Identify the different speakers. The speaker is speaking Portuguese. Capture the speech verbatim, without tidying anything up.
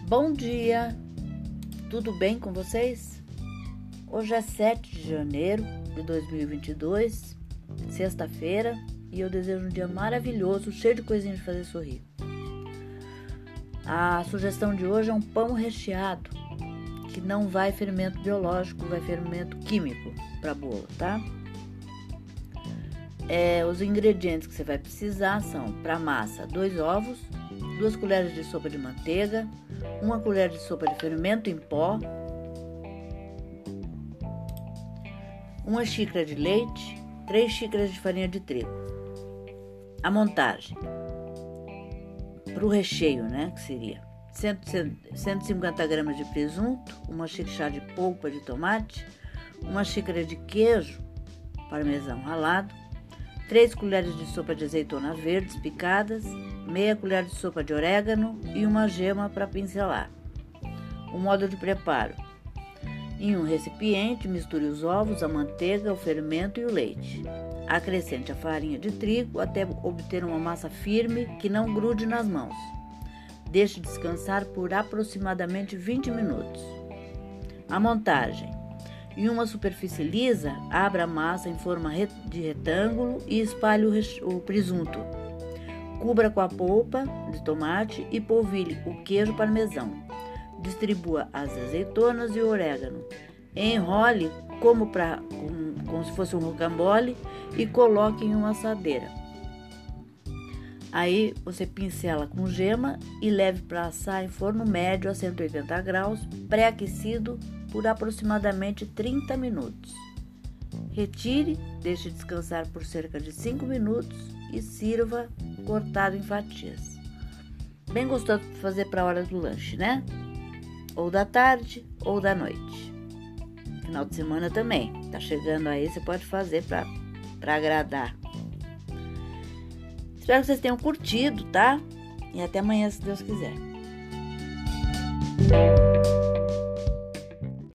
Speaker 1: Bom dia, tudo bem com vocês? Hoje é sete de janeiro de dois mil e vinte e dois, sexta-feira, e eu desejo um dia maravilhoso, cheio de coisinhas de fazer sorrir. A sugestão de hoje é um pão recheado, que não vai fermento biológico, vai fermento químico para bolo, tá? É, os ingredientes que você vai precisar são, para massa, dois ovos, duas colheres de sopa de manteiga, uma colher de sopa de fermento em pó, uma xícara de leite, três xícaras de farinha de trigo. A montagem para o recheio, né, que seria cento e cinquenta gramas de presunto, uma xícara de chá de polpa de tomate, uma xícara de queijo parmesão ralado, três colheres de sopa de azeitona verdes picadas, meia colher de sopa de orégano e uma gema para pincelar. O modo de preparo: em um recipiente, misture os ovos, a manteiga, o fermento e o leite. Acrescente a farinha de trigo até obter uma massa firme que não grude nas mãos. Deixe descansar por aproximadamente vinte minutos. A montagem: em uma superfície lisa, abra a massa em forma de retângulo e espalhe o presunto. Cubra com a polpa de tomate e polvilhe o queijo parmesão. Distribua as azeitonas e o orégano. Enrole como, pra, como, como se fosse um rocambole e coloque em uma assadeira. Aí você pincela com gema e leve para assar em forno médio a cento e oitenta graus, pré-aquecido por aproximadamente trinta minutos. Retire, deixe descansar por cerca de cinco minutos e sirva cortado em fatias. Bem gostoso de fazer para a hora do lanche, né? Ou da tarde ou da noite. Final de semana também. Tá chegando aí, você pode fazer para para agradar. Espero que vocês tenham curtido, tá? E até amanhã, se Deus quiser.